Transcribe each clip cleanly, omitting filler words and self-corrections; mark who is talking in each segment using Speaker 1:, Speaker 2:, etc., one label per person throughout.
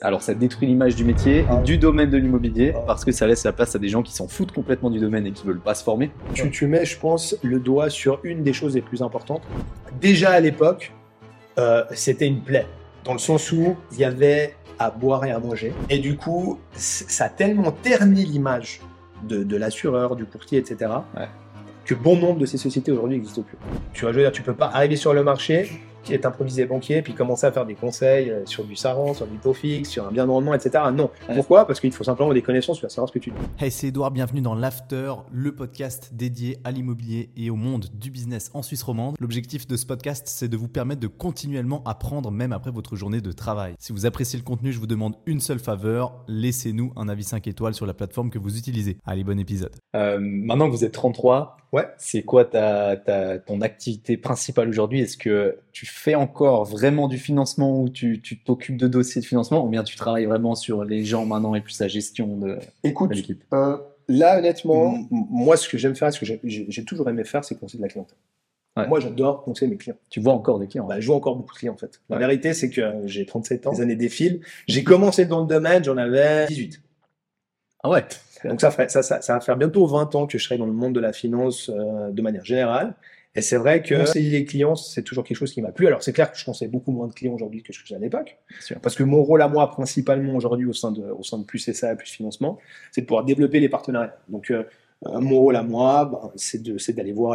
Speaker 1: Alors ça détruit l'image du métier, du domaine de l'immobilier, parce que ça laisse la place à des gens qui s'en foutent complètement du domaine et qui veulent pas se former.
Speaker 2: Tu mets, je pense, le doigt sur une des choses les plus importantes. Déjà à l'époque, c'était une plaie, dans le sens où il y avait à boire et à manger. Et du coup, ça a tellement terni l'image de l'assureur, du courtier, etc., que bon nombre de ces sociétés aujourd'hui n'existent plus. Tu vois, je veux dire, tu peux pas arriver sur le marché, qui est improvisé banquier, puis commencer à faire des conseils sur du Saran, sur du taux fixe, sur un bien de rendement, etc. Non. Pourquoi ? Parce qu'il faut simplement des connaissances, tu vas savoir ce que tu dis.
Speaker 3: Hey, c'est Edouard, bienvenue dans l'After, le podcast dédié à l'immobilier et au monde du business en Suisse romande. L'objectif de ce podcast, c'est de vous permettre de continuellement apprendre même après votre journée de travail. Si vous appréciez le contenu, je vous demande une seule faveur, laissez-nous un avis 5 étoiles sur la plateforme que vous utilisez. Allez, bon épisode.
Speaker 1: Maintenant que vous êtes 33, c'est quoi ton activité principale aujourd'hui ? Est-ce que tu fais encore vraiment du financement ou tu t'occupes de dossiers de financement ou bien tu travailles vraiment sur les gens maintenant et plus la gestion de l'équipe ?
Speaker 2: Là, honnêtement, moi, ce que j'aime faire, ce que j'ai toujours aimé faire, c'est conseiller de la clientèle. Ouais. Moi, j'adore conseiller mes clients.
Speaker 1: Tu vois encore des clients ?
Speaker 2: Je vois encore beaucoup de clients, en fait. La vérité, c'est que j'ai 37 ans, les années défilent. J'ai commencé dans le domaine, j'en avais 18.
Speaker 1: Ah ouais.
Speaker 2: Donc ça va faire bientôt 20 ans que je serai dans le monde de la finance de manière générale. Et c'est vrai que conseiller les clients, c'est toujours quelque chose qui m'a plu. Alors c'est clair que je conseille beaucoup moins de clients aujourd'hui que je faisais à l'époque. Parce que mon rôle à moi, principalement aujourd'hui au sein de Plus SA, Plus Financement, c'est de pouvoir développer les partenariats. Donc mon rôle à moi, c'est d'aller voir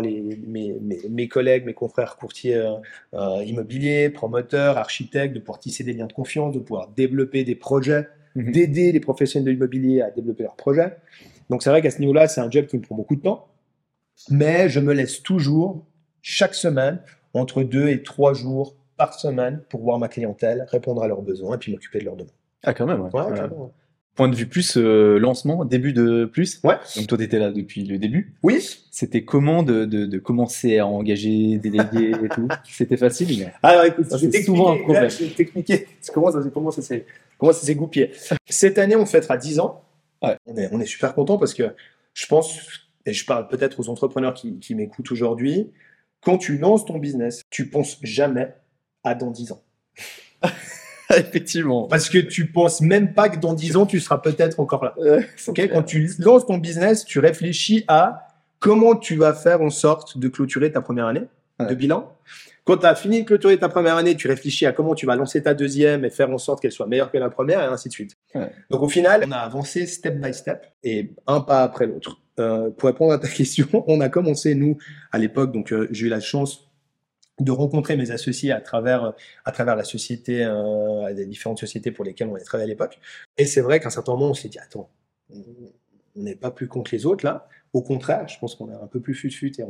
Speaker 2: mes collègues, mes confrères courtiers immobiliers, promoteurs, architectes, de pouvoir tisser des liens de confiance, de pouvoir développer des projets, d'aider les professionnels de l'immobilier à développer leurs projets. Donc c'est vrai qu'à ce niveau-là, c'est un job qui me prend beaucoup de temps, mais je me laisse toujours, chaque semaine, entre 2 et 3 jours par semaine pour voir ma clientèle, répondre à leurs besoins et puis m'occuper de leurs demandes.
Speaker 1: Ah quand même,
Speaker 2: quand même.
Speaker 1: Point de vue plus lancement, début de Plus.
Speaker 2: Ouais.
Speaker 1: Donc toi, tu étais là depuis le début.
Speaker 2: Oui.
Speaker 1: C'était comment de commencer à engager, déléguer et tout ? C'était facile ?
Speaker 2: Alors écoute,
Speaker 1: c'est souvent un problème.
Speaker 2: Je vais t'expliquer comment ça s'est goupillé. Cette année, on fêtera 10 ans. Ouais. On est super contents parce que je pense, et je parle peut-être aux entrepreneurs qui m'écoutent aujourd'hui, quand tu lances ton business, tu penses jamais à dans 10 ans.
Speaker 1: Effectivement.
Speaker 2: Parce que tu penses même pas que dans 10 ans, tu seras peut-être encore là. Okay ? Quand tu lances ton business, tu réfléchis à comment tu vas faire en sorte de clôturer ta première année de bilan. Quand tu as fini de clôturer ta première année, tu réfléchis à comment tu vas lancer ta deuxième et faire en sorte qu'elle soit meilleure que la première et ainsi de suite. Donc au final, on a avancé step by step et un pas après l'autre. Pour répondre à ta question, on a commencé, nous, à l'époque, donc j'ai eu la chance de rencontrer mes associés à travers la société, les différentes sociétés pour lesquelles on avait travaillé à l'époque. Et c'est vrai qu'à un certain moment, on s'est dit, attends, on n'est pas plus con que les autres là. Au contraire, je pense qu'on est un peu plus fut-fut et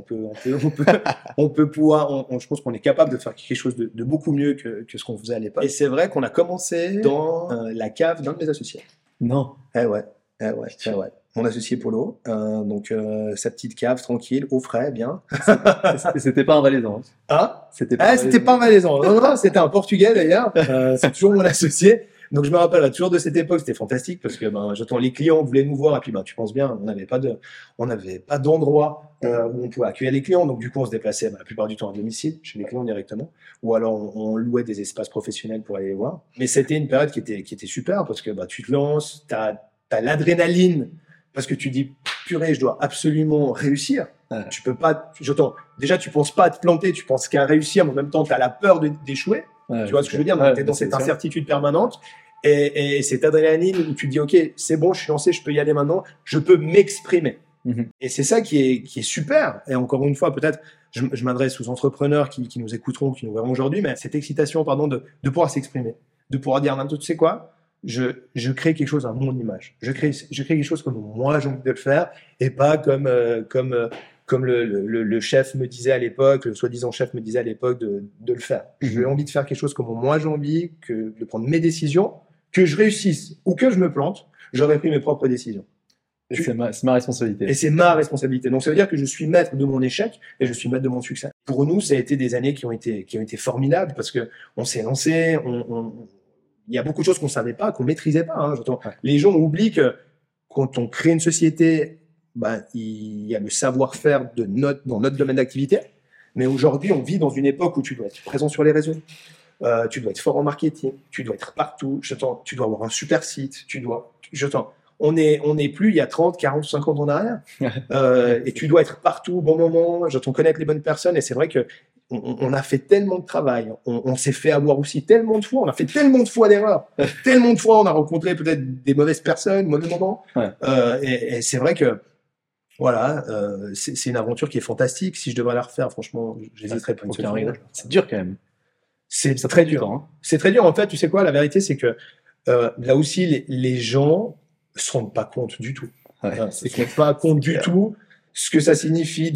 Speaker 2: on peut pouvoir, je pense qu'on est capable de faire quelque chose de beaucoup mieux que ce qu'on faisait à l'époque. Et c'est vrai qu'on a commencé dans la cave d'un de mes associés.
Speaker 1: Non.
Speaker 2: Eh ouais. Mon associé Polo, donc sa petite cave tranquille, au frais, bien.
Speaker 1: C'était pas un Valaisan.
Speaker 2: C'était pas un Valaisan. Non, c'était un Portugais d'ailleurs. C'est toujours mon associé. Donc je me rappelle toujours de cette époque, c'était fantastique parce que j'entends les clients voulaient nous voir et puis tu penses bien, on n'avait pas d'endroit où on pouvait accueillir les clients, donc du coup on se déplaçait la plupart du temps à domicile chez les clients directement, ou alors on louait des espaces professionnels pour aller les voir. Mais c'était une période qui était super parce que tu te lances, t'as l'adrénaline parce que tu dis purée, je dois absolument réussir. Tu peux pas, déjà tu penses pas à te planter, tu penses qu'à réussir, mais en même temps tu as la peur d'échouer. Tu vois ce que je veux dire? Tu es dans cette incertitude permanente et cette adrénaline où tu te dis ok, c'est bon, je suis lancé, je peux y aller maintenant, je peux m'exprimer. Et c'est ça qui est super. Et encore une fois, peut-être, je m'adresse aux entrepreneurs qui nous écouteront, qui nous verront aujourd'hui, mais cette excitation, de pouvoir s'exprimer, de pouvoir dire, tu sais quoi, je crée quelque chose à mon image. Je crée quelque chose comme moi j'ai envie de le faire et pas comme le chef me disait à l'époque, le soi-disant chef me disait à l'époque de le faire. J'ai envie de faire quelque chose comme moi j'ai envie, de prendre mes décisions, que je réussisse ou que je me plante, j'aurais pris mes propres décisions.
Speaker 1: Et c'est ma responsabilité.
Speaker 2: Et c'est ma responsabilité. Donc ça veut dire que je suis maître de mon échec et je suis maître de mon succès. Pour nous, ça a été des années qui ont été formidables parce que on s'est lancé, il y a beaucoup de choses qu'on savait pas, qu'on maîtrisait pas. Les gens oublient que quand on crée une société, il y a le savoir-faire dans notre domaine d'activité. Mais aujourd'hui, on vit dans une époque où tu dois être présent sur les réseaux. tu dois être fort en marketing, tu dois être partout, tu dois avoir un super site, on n'est plus il y a 30, 40, 50 ans en arrière. Et tu dois être partout au bon moment, connaître les bonnes personnes. Et c'est vrai que on a fait tellement de travail, on s'est fait avoir aussi tellement de fois, on a fait tellement de fois d'erreurs, tellement de fois on a rencontré peut-être des mauvaises personnes, mauvais moments. Et c'est vrai que voilà, c'est une aventure qui est fantastique. Si je devrais la refaire, franchement, j'hésiterais pas une seconde.
Speaker 1: C'est dur quand même.
Speaker 2: C'est très dur. Hein. C'est très dur. En fait, tu sais quoi, la vérité, c'est que là aussi, les gens se rendent pas compte du tout. Se rendent pas compte du tout ce que ça signifie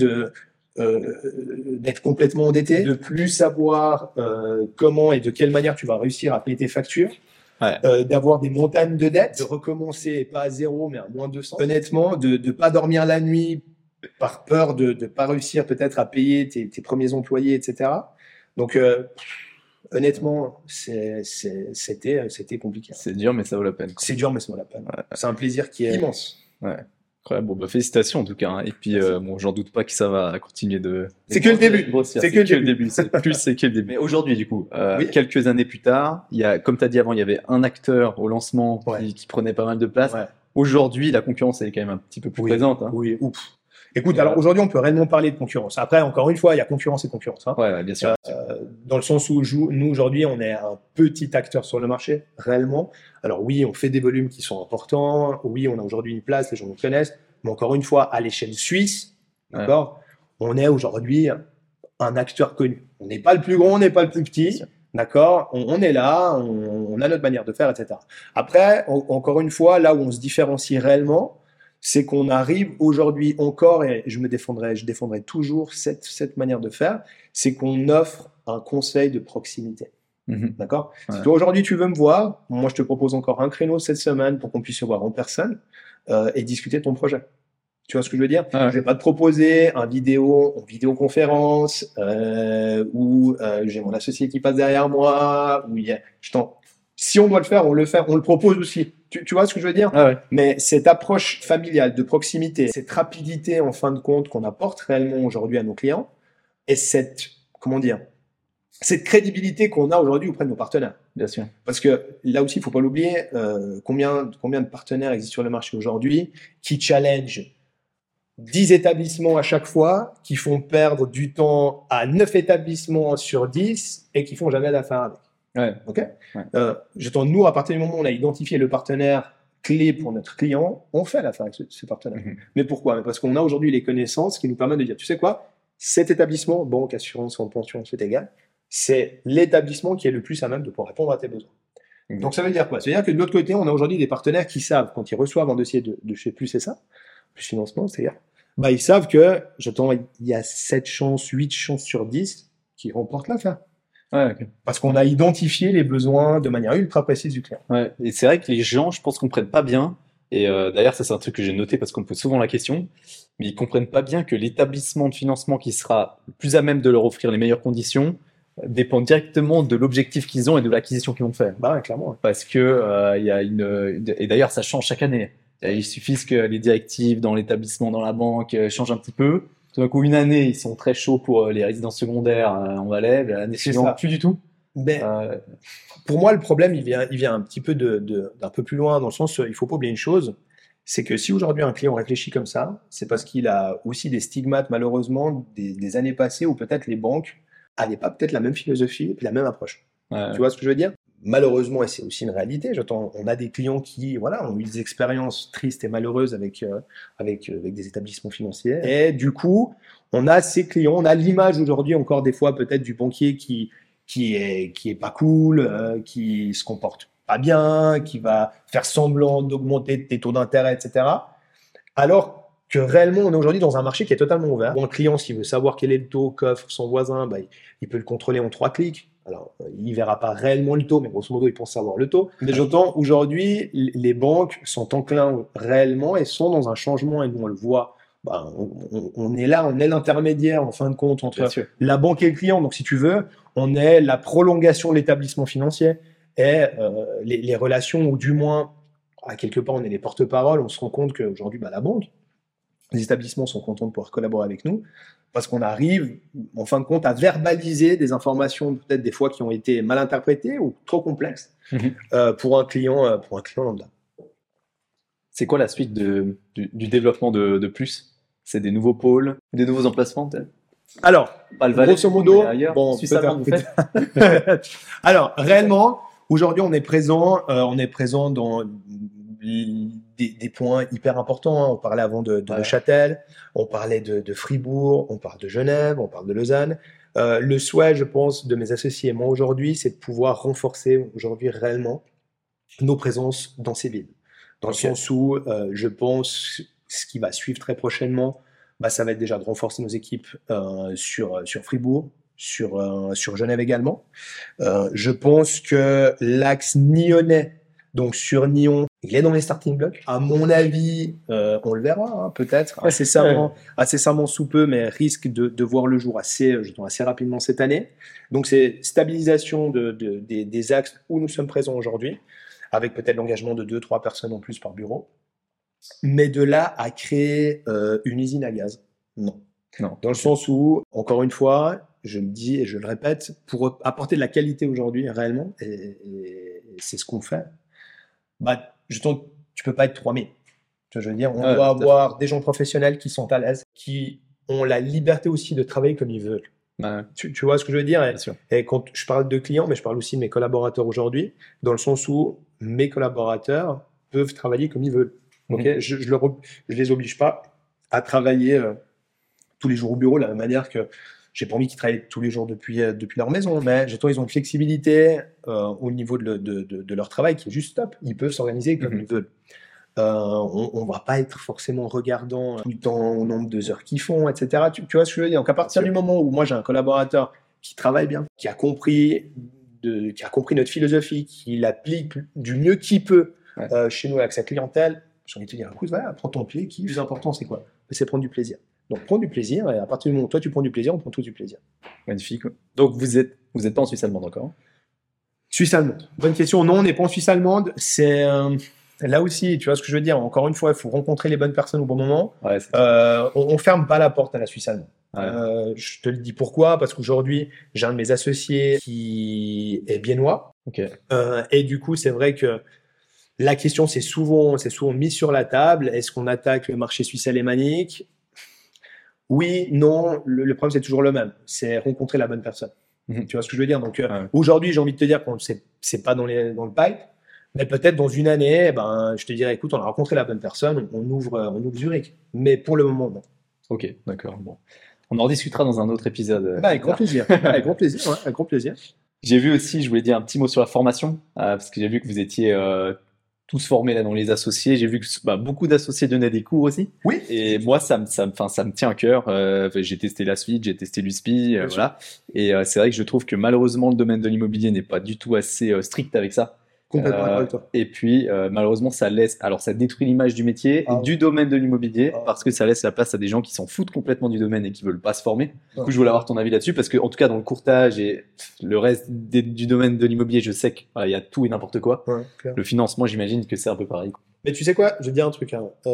Speaker 2: d'être complètement endetté, de plus savoir comment et de quelle manière tu vas réussir à payer tes factures. D'avoir des montagnes de dettes, de recommencer pas à 0 mais à moins 200. Honnêtement, de pas dormir la nuit par peur de pas réussir peut-être à payer tes premiers employés, etc. Donc honnêtement, c'était compliqué.
Speaker 1: C'est dur mais ça vaut la peine.
Speaker 2: C'est dur mais ça vaut la peine. C'est un plaisir qui est immense.
Speaker 1: Ouais, bon, félicitations en tout cas. Hein. Et puis, j'en doute pas que ça va continuer de.
Speaker 2: C'est que le début.
Speaker 1: C'est que le début. C'est que le début. Mais aujourd'hui, du coup, quelques années plus tard, comme tu as dit avant, il y avait un acteur au lancement qui prenait pas mal de place. Aujourd'hui, la concurrence elle est quand même un petit peu plus présente. Hein.
Speaker 2: Oui. Ouf. Écoute, alors aujourd'hui, on peut réellement parler de concurrence. Après, encore une fois, il y a concurrence et concurrence. Hein.
Speaker 1: Ouais, bien sûr.
Speaker 2: Dans le sens où nous, aujourd'hui, on est un petit acteur sur le marché, réellement. Alors oui, on fait des volumes qui sont importants. Oui, on a aujourd'hui une place, les gens nous connaissent. Mais encore une fois, à l'échelle suisse, d'accord, on est aujourd'hui un acteur connu. On n'est pas le plus grand, on n'est pas le plus petit. D'accord, on est là, on a notre manière de faire, etc. Après, encore une fois, là où on se différencie réellement, c'est qu'on arrive aujourd'hui encore, et je défendrai toujours cette manière de faire, c'est qu'on offre un conseil de proximité. D'accord. Si toi aujourd'hui tu veux me voir, moi je te propose encore un créneau cette semaine pour qu'on puisse se voir en personne et discuter de ton projet. Tu vois ce que je veux dire? Je vais pas te proposer une vidéoconférence où j'ai mon associé qui passe derrière moi, si on doit le faire, on le propose aussi. Tu vois ce que je veux dire? Mais cette approche familiale, de proximité, cette rapidité en fin de compte qu'on apporte réellement aujourd'hui à nos clients, et cette crédibilité qu'on a aujourd'hui auprès de nos partenaires.
Speaker 1: Bien sûr.
Speaker 2: Parce que là aussi, il faut pas l'oublier, combien de partenaires existent sur le marché aujourd'hui qui challenge 10 établissements à chaque fois, qui font perdre du temps à 9 établissements sur 10 et qui font jamais d'affaires avec. Nous, à partir du moment où on a identifié le partenaire clé pour notre client, on fait l'affaire avec ce partenaire. Mais pourquoi? Parce qu'on a aujourd'hui les connaissances qui nous permettent de dire, tu sais quoi, cet établissement, banque, assurance, fonds de pension, c'est égal, c'est l'établissement qui est le plus à même de pouvoir répondre à tes besoins. Donc ça veut dire quoi? Ça veut dire que de l'autre côté, on a aujourd'hui des partenaires qui savent, quand ils reçoivent un dossier de chez Plus c'est ça, Plus Financement, c'est-à-dire, ils savent que, il y a 7 chances, 8 chances sur 10 qui remportent l'affaire. Parce qu'on a identifié les besoins de manière ultra précise du client.
Speaker 1: Et c'est vrai que les gens, je pense, comprennent pas bien. Et d'ailleurs, ça c'est un truc que j'ai noté parce qu'on me pose souvent la question, mais ils comprennent pas bien que l'établissement de financement qui sera le plus à même de leur offrir les meilleures conditions dépend directement de l'objectif qu'ils ont et de l'acquisition qu'ils vont faire.
Speaker 2: Clairement.
Speaker 1: Parce que il y a et d'ailleurs ça change chaque année. Il suffit que les directives dans l'établissement, dans la banque changent un petit peu. Tout d'un coup, une année, ils sont très chauds pour les résidences secondaires en Valais. L'année suivante, plus du tout.
Speaker 2: Mais pour moi, le problème, il vient un petit peu d'un peu plus loin, dans le sens, il faut pas oublier une chose, c'est que si aujourd'hui un client réfléchit comme ça, c'est parce qu'il a aussi des stigmates, malheureusement, des années passées où peut-être les banques n'avaient pas peut-être la même philosophie et puis la même approche. Tu vois ce que je veux dire? Malheureusement, et c'est aussi une réalité, on a des clients qui ont eu des expériences tristes et malheureuses avec des établissements financiers. Et du coup, on a ces clients, on a l'image aujourd'hui encore des fois peut-être du banquier qui est pas cool, qui se comporte pas bien, qui va faire semblant d'augmenter tes taux d'intérêt, etc. Alors que réellement, on est aujourd'hui dans un marché qui est totalement ouvert. Un client, s'il veut savoir quel est le taux qu'offre son voisin, il peut le contrôler en 3 clics. Alors, il verra pas réellement le taux, mais grosso modo, il pense savoir le taux. Mais j'entends, aujourd'hui, les banques sont enclins réellement et sont dans un changement, et nous, on le voit. On est là, on est l'intermédiaire, en fin de compte, entre la banque et le client. Donc, si tu veux, on est la prolongation de l'établissement financier et les relations, ou du moins, à quelque part, on est les porte-parole. On se rend compte qu'aujourd'hui, la banque, les établissements sont contents de pouvoir collaborer avec nous parce qu'on arrive, en fin de compte, à verbaliser des informations peut-être des fois qui ont été mal interprétées ou trop complexes pour un client lambda.
Speaker 1: C'est quoi la suite du développement de Plus? C'est des nouveaux pôles, des nouveaux emplacements peut-être?
Speaker 2: Alors, grosso modo,
Speaker 1: bon, Suisse-Allemande, vous
Speaker 2: faites. Alors, réellement, aujourd'hui, on est présent dans des points hyper importants. On parlait avant de Neuchâtel, on parlait de Fribourg, on parle de Genève, on parle de Lausanne. Le souhait, je pense, de mes associés et moi aujourd'hui, c'est de pouvoir renforcer aujourd'hui réellement nos présences dans ces villes. Dans le sens où, je pense, ce qui va suivre très prochainement, ça va être déjà de renforcer nos équipes sur Fribourg, sur Genève également. Je pense que l'axe nyonnais, donc sur Nyon, il est dans les starting blocks. À mon avis, on le verra peut-être incessamment sous peu, mais risque de voir le jour assez rapidement cette année. Donc c'est stabilisation des axes où nous sommes présents aujourd'hui, avec peut-être l'engagement de 2-3 personnes en plus par bureau. Mais de là à créer une usine à gaz, non. Dans le sens où, encore une fois, je le dis et je le répète, pour apporter de la qualité aujourd'hui réellement, et c'est ce qu'on fait, tu peux pas être 3000. Je veux dire, on doit avoir des gens professionnels qui sont à l'aise, qui ont la liberté aussi de travailler comme ils veulent. Tu vois ce que je veux dire? Et quand je parle de clients, mais je parle aussi de mes collaborateurs aujourd'hui, dans le sens où mes collaborateurs peuvent travailler comme ils veulent. Okay, je les oblige pas à travailler tous les jours au bureau de la même manière que j'ai pas envie qu'ils travaillent tous les jours depuis leur maison, mais ils ont une flexibilité au niveau de leur travail qui est juste top. Ils peuvent s'organiser comme ils veulent. On va pas être forcément regardant tout le temps au nombre de heures qu'ils font, etc. Tu vois ce que je veux dire? Donc à partir du moment où moi j'ai un collaborateur qui travaille bien, qui a compris notre philosophie, qui l'applique du mieux qu'il peut chez nous avec sa clientèle, j'ai envie de te dire, écoute, voilà, prends ton pied, qui le plus important, c'est quoi? C'est prendre du plaisir. Donc, prends du plaisir, et à partir du moment où toi, tu prends du plaisir, on prend tous du plaisir.
Speaker 1: Magnifique. Donc, vous êtes pas en Suisse allemande encore?
Speaker 2: Suisse allemande. Bonne question. Non, on n'est pas en Suisse allemande. C'est là aussi, tu vois ce que je veux dire. Encore une fois, il faut rencontrer les bonnes personnes au bon moment. On ferme pas la porte à la Suisse allemande. Je te le dis pourquoi, parce qu'aujourd'hui, j'ai un de mes associés qui est biennois. Et du coup, c'est vrai que la question, c'est souvent mis sur la table. Est-ce qu'on attaque le marché suisse alémanique? Oui, non. Le problème, c'est toujours le même. C'est rencontrer la bonne personne. Tu vois ce que je veux dire? Donc, aujourd'hui, j'ai envie de te dire qu'on c'est pas dans le pipe, mais peut-être dans une année, je te dirais, écoute, on a rencontré la bonne personne, on ouvre Zurich. Mais pour le moment, non.
Speaker 1: Ok, d'accord. Bon. On en discutera dans un autre épisode.
Speaker 2: Avec grand plaisir. Avec grand plaisir. Avec grand plaisir.
Speaker 1: J'ai vu aussi, je voulais dire un petit mot sur la formation, parce que j'ai vu que vous étiez tous formés là dans les associés. J'ai vu que beaucoup d'associés donnaient des cours aussi.
Speaker 2: Oui.
Speaker 1: Et moi, ça me tient à cœur. J'ai testé la suite, j'ai testé l'USPI, voilà. Et c'est vrai que je trouve que malheureusement, le domaine de l'immobilier n'est pas du tout assez strict avec ça.
Speaker 2: Complètement d'accord avec toi.
Speaker 1: Et puis, malheureusement, ça détruit l'image du métier et du domaine de l'immobilier parce que ça laisse la place à des gens qui s'en foutent complètement du domaine et qui veulent pas se former. Du coup, je voulais avoir ton avis là-dessus parce que, en tout cas, dans le courtage et le reste du domaine de l'immobilier, je sais qu'il y a tout et n'importe quoi. Le financement, j'imagine que c'est un peu pareil.
Speaker 2: Mais tu sais quoi? Je vais te dire un truc.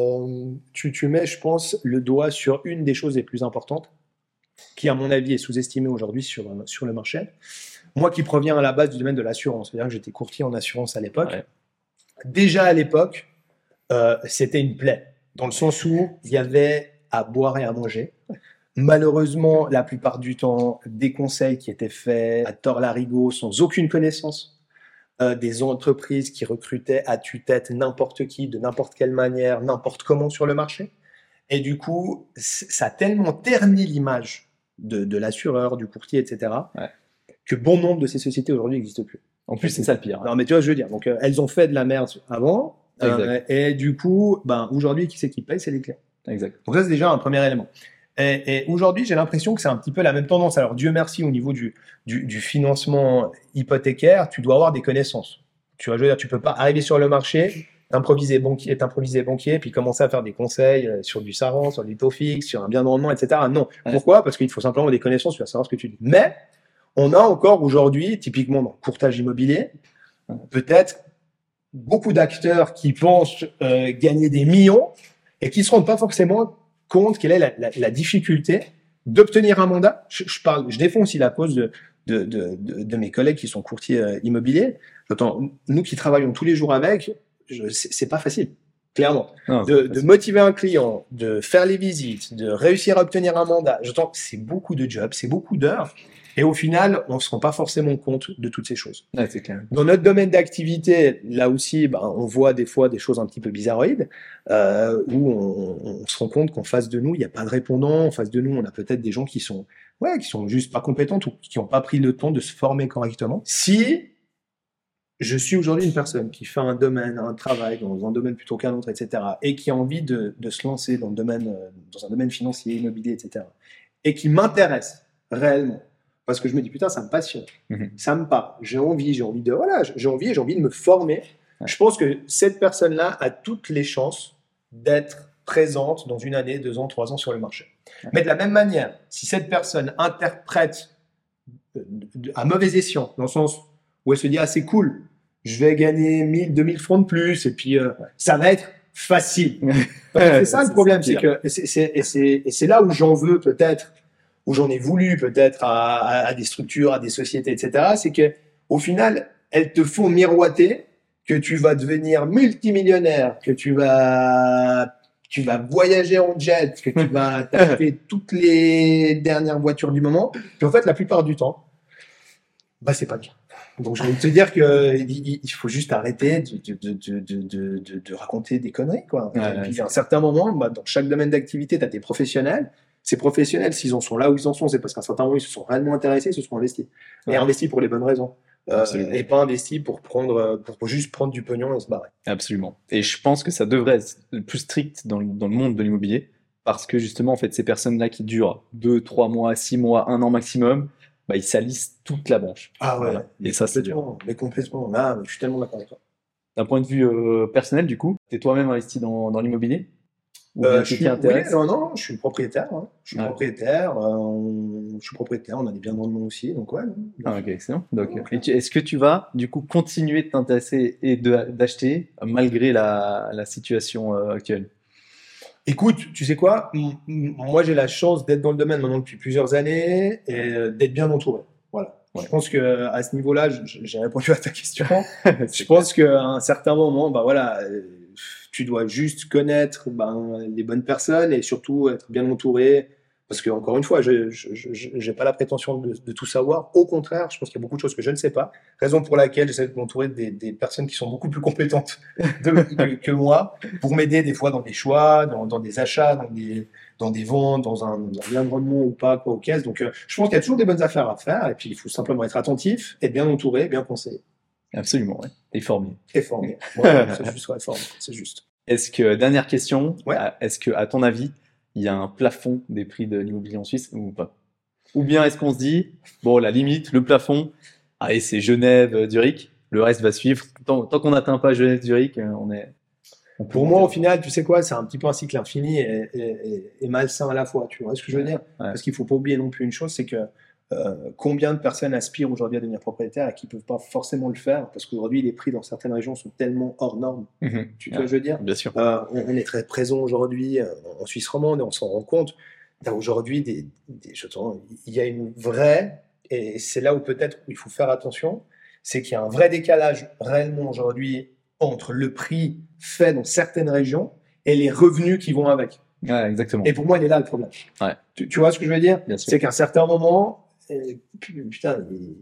Speaker 2: Tu mets, je pense, le doigt sur une des choses les plus importantes qui, à mon avis, est sous-estimée aujourd'hui sur le marché. Moi qui proviens à la base du domaine de l'assurance, c'est-à-dire que j'étais courtier en assurance à l'époque. Déjà à l'époque, c'était une plaie, dans le sens où il y avait à boire et à manger. Malheureusement, la plupart du temps, des conseils qui étaient faits à tort-larigot, sans aucune connaissance, des entreprises qui recrutaient à tue-tête n'importe qui, de n'importe quelle manière, n'importe comment sur le marché. Et du coup, ça a tellement terni l'image de l'assureur, du courtier, etc., que bon nombre de ces sociétés aujourd'hui n'existent plus.
Speaker 1: En plus, c'est ça le pire.
Speaker 2: Non, mais tu vois, je veux dire, donc elles ont fait de la merde avant, et du coup, aujourd'hui, qui c'est qui paye? C'est les clients.
Speaker 1: Exact.
Speaker 2: Donc ça, c'est déjà un premier élément. Et aujourd'hui, j'ai l'impression que c'est un petit peu la même tendance. Alors, Dieu merci, au niveau du financement hypothécaire, tu dois avoir des connaissances. Tu vois, je veux dire, tu peux pas arriver sur le marché, improviser banquier, puis commencer à faire des conseils sur du Saran, sur du taux fixe, sur un bien de rendement, etc. Non. Pourquoi? Parce qu'il faut simplement des connaissances, tu vas savoir ce que tu dis. Mais on a encore aujourd'hui, typiquement dans le courtage immobilier, peut-être beaucoup d'acteurs qui pensent gagner des millions et qui ne se rendent pas forcément compte quelle est la difficulté d'obtenir un mandat. Je défends aussi la cause de mes collègues qui sont courtiers immobiliers. Nous qui travaillons tous les jours avec, c'est pas facile. Clairement.
Speaker 1: Non,
Speaker 2: de motiver un client, de faire les visites, de réussir à obtenir un mandat. C'est beaucoup de jobs, c'est beaucoup d'heures. Et au final, on ne se rend pas forcément compte de toutes ces choses.
Speaker 1: Ouais, c'est clair.
Speaker 2: Dans notre domaine d'activité, là aussi, on voit des fois des choses un petit peu bizarroïdes, où on se rend compte qu'en face de nous, il n'y a pas de répondant. En face de nous, on a peut-être des gens qui sont juste pas compétents ou qui n'ont pas pris le temps de se former correctement. Si je suis aujourd'hui une personne qui fait un travail dans un domaine plutôt qu'un autre, etc., et qui a envie de se lancer dans un domaine financier, immobilier, etc., et qui m'intéresse réellement, parce que je me dis, putain, ça me passionne, ça me parle, j'ai envie de me former. Ouais. Je pense que cette personne-là a toutes les chances d'être présente dans 1 année, 2 ans, 3 ans sur le marché. Ouais. Mais de la même manière, si cette personne interprète à mauvais escient, dans le sens où elle se dit, ah, c'est cool, je vais gagner 1000, 2000 francs de plus, et puis ça va être facile. C'est ça le problème, c'est que c'est là où j'en veux peut-être, où j'en ai voulu peut-être à des structures, à des sociétés, etc. C'est que au final, elles te font miroiter que tu vas devenir multimillionnaire, que tu vas voyager en jet, que tu vas t'acheter toutes les dernières voitures du moment. Puis en fait, la plupart du temps, c'est pas le cas. Donc, j'ai envie de te dire qu'il faut juste arrêter de raconter des conneries, quoi. Ouais, et puis, à un certain moment, dans chaque domaine d'activité, tu as tes professionnels. Ces professionnels, s'ils en sont là où ils en sont, c'est parce qu'à un certain moment, ils se sont réellement intéressés, ils se sont investis. Et investis pour les bonnes raisons. Et pas investis pour juste prendre du pognon et se barrer.
Speaker 1: Absolument. Et je pense que ça devrait être plus strict dans le monde de l'immobilier, parce que justement, en fait, ces personnes-là qui durent 2, 3 mois, 6 mois, 1 an maximum, ils salissent toute la branche.
Speaker 2: Ah ouais. Voilà.
Speaker 1: Et ça, c'est dur.
Speaker 2: Mais complètement. Là, je suis tellement d'accord avec toi.
Speaker 1: D'un point de vue personnel, du coup, t'es toi-même investi dans l'immobilier?
Speaker 2: Je suis propriétaire. Hein. Je suis propriétaire. On a des biens dans le nom aussi, donc ouais.
Speaker 1: Ok, excellent. Donc, est-ce que tu vas du coup continuer de t'intéresser et d'acheter malgré la situation actuelle?
Speaker 2: Écoute, tu sais quoi? Moi, j'ai la chance d'être dans le domaine maintenant depuis plusieurs années et d'être bien entouré. Voilà. Ouais. Je pense que à ce niveau-là, j'ai répondu à ta question. Je pense qu'à un certain moment, tu dois juste connaître les bonnes personnes et surtout être bien entouré. Parce que encore une fois, je n'ai pas la prétention de tout savoir. Au contraire, je pense qu'il y a beaucoup de choses que je ne sais pas. Raison pour laquelle j'essaie de m'entourer des personnes qui sont beaucoup plus compétentes que moi pour m'aider des fois dans des choix, dans des achats, dans des ventes, dans un bien de rendement ou pas, quoi, aux caisses. Donc, je pense qu'il y a toujours des bonnes affaires à faire. Et puis, il faut simplement être attentif, être bien entouré, bien conseillé.
Speaker 1: Absolument, ouais. Et formé.
Speaker 2: Et formé. Ouais, c'est juste, formé. C'est juste.
Speaker 1: Dernière question, est-ce que, à ton avis, il y a un plafond des prix de l'immobilier en Suisse ou pas? Ou bien est-ce qu'on se dit, la limite, le plafond, allez, c'est Genève, Zurich, le reste va suivre. Tant qu'on n'atteint pas Genève, Zurich,
Speaker 2: Pour moi, au final, tu sais quoi, c'est un petit peu un cycle infini et malsain à la fois. Tu vois ce que je veux dire? Parce qu'il ne faut pas oublier non plus une chose, c'est que combien de personnes aspirent aujourd'hui à devenir propriétaires et qui ne peuvent pas forcément le faire parce qu'aujourd'hui, les prix dans certaines régions sont tellement hors normes. Tu vois ce que je veux dire?
Speaker 1: Bien sûr.
Speaker 2: On est très présent aujourd'hui en Suisse romande et on s'en rend compte. Tu as aujourd'hui il y a une vraie, et c'est là où peut-être il faut faire attention, c'est qu'il y a un vrai décalage réellement aujourd'hui entre le prix fait dans certaines régions et les revenus qui vont avec.
Speaker 1: Ouais, exactement.
Speaker 2: Et pour moi, il est là le problème.
Speaker 1: Ouais.
Speaker 2: Tu vois ce que je veux dire?
Speaker 1: C'est
Speaker 2: qu'à un certain moment, putain,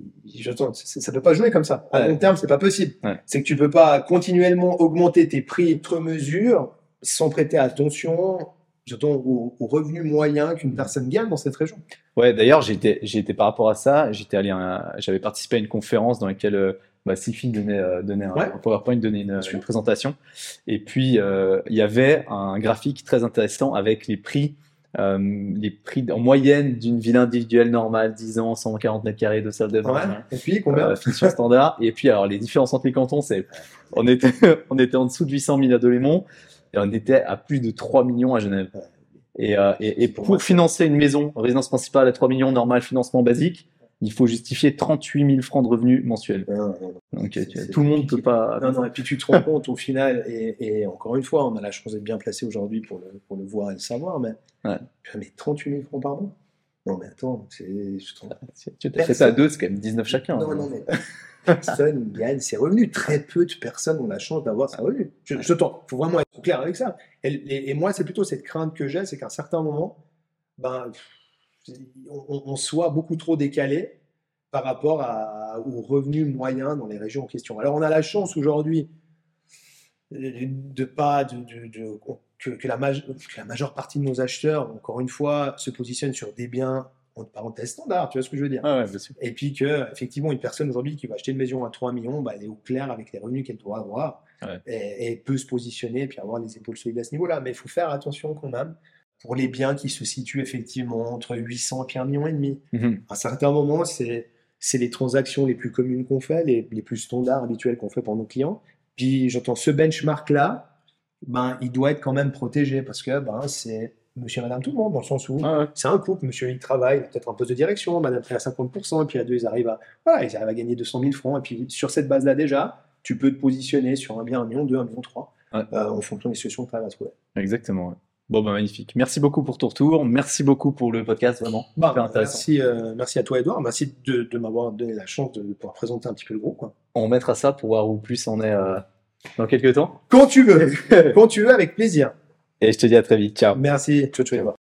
Speaker 2: ça peut pas jouer comme ça. À long terme, c'est pas possible.
Speaker 1: Ouais.
Speaker 2: C'est que tu peux pas continuellement augmenter tes prix outre mesure sans prêter attention aux revenus moyens qu'une personne gagne dans cette région.
Speaker 1: Ouais, d'ailleurs, j'ai été par rapport à ça, j'avais participé à une conférence dans laquelle Sifi donnait un PowerPoint, donnait une présentation. Et puis, il y avait un graphique très intéressant avec les prix en moyenne d'une ville individuelle normale, 10 ans, 140 mètres carrés de salle de bain.
Speaker 2: Et puis, combien?
Speaker 1: Finition standard. Et puis, alors, les différences entre les cantons, on était en dessous de 800 000 à Delémont et on était à plus de 3 millions à Genève. Et pour financer une maison, résidence principale à 3 millions, normal, financement basique, il faut justifier 38 000 francs de revenus mensuels.
Speaker 2: Non.
Speaker 1: Donc, tout le monde ne peut pas.
Speaker 2: Non, et puis tu te rends compte au final, et encore une fois, on a la chance d'être bien placé aujourd'hui pour le voir et le savoir, mais 38 000 francs par mois. Non, mais attends,
Speaker 1: tu as fait ça à deux, c'est quand même 19 chacun.
Speaker 2: Non, mais personne gagne ses revenus. Très peu de personnes ont la chance d'avoir ses revenus. Il faut vraiment être clair avec ça. Et moi, c'est plutôt cette crainte que j'ai, c'est qu'à un certain moment, on soit beaucoup trop décalé par rapport aux revenus moyens dans les régions en question. Alors, on a la chance aujourd'hui que la majeure partie de nos acheteurs, encore une fois, se positionnent sur des biens entre parenthèses standards, tu vois ce que je veux dire.
Speaker 1: Bien sûr.
Speaker 2: Et puis qu'effectivement, une personne aujourd'hui qui va acheter une maison à 3 millions, elle est au clair avec les revenus qu'elle doit avoir et peut se positionner et puis avoir les épaules solides à ce niveau-là. Mais il faut faire attention quand même pour les biens qui se situent effectivement entre 800 et puis 1,5 million. À un certain moment, c'est les transactions les plus communes qu'on fait, les plus standards, habituels qu'on fait pour nos clients. Puis j'entends ce benchmark-là, il doit être quand même protégé parce que c'est monsieur et madame tout le monde, dans le sens où c'est un couple, monsieur il travaille, il a peut-être un poste de direction, madame fait à 50%, et puis à deux, ils arrivent à gagner 200 000 francs, et puis sur cette base-là déjà, tu peux te positionner sur un bien 1 million, 2, 1 million, 3, en fonction des situations que tu arrives à trouver.
Speaker 1: Exactement, ouais. Bon, magnifique. Merci beaucoup pour ton retour. Merci beaucoup pour le podcast, vraiment. Super intéressant.
Speaker 2: Merci à toi, Edouard. Merci de m'avoir donné la chance de pouvoir présenter un petit peu le groupe.
Speaker 1: On mettra ça pour voir où plus on est dans quelques temps.
Speaker 2: Quand tu veux. Quand tu veux, avec plaisir.
Speaker 1: Et je te dis à très vite. Ciao.
Speaker 2: Merci. Ciao, Edouard.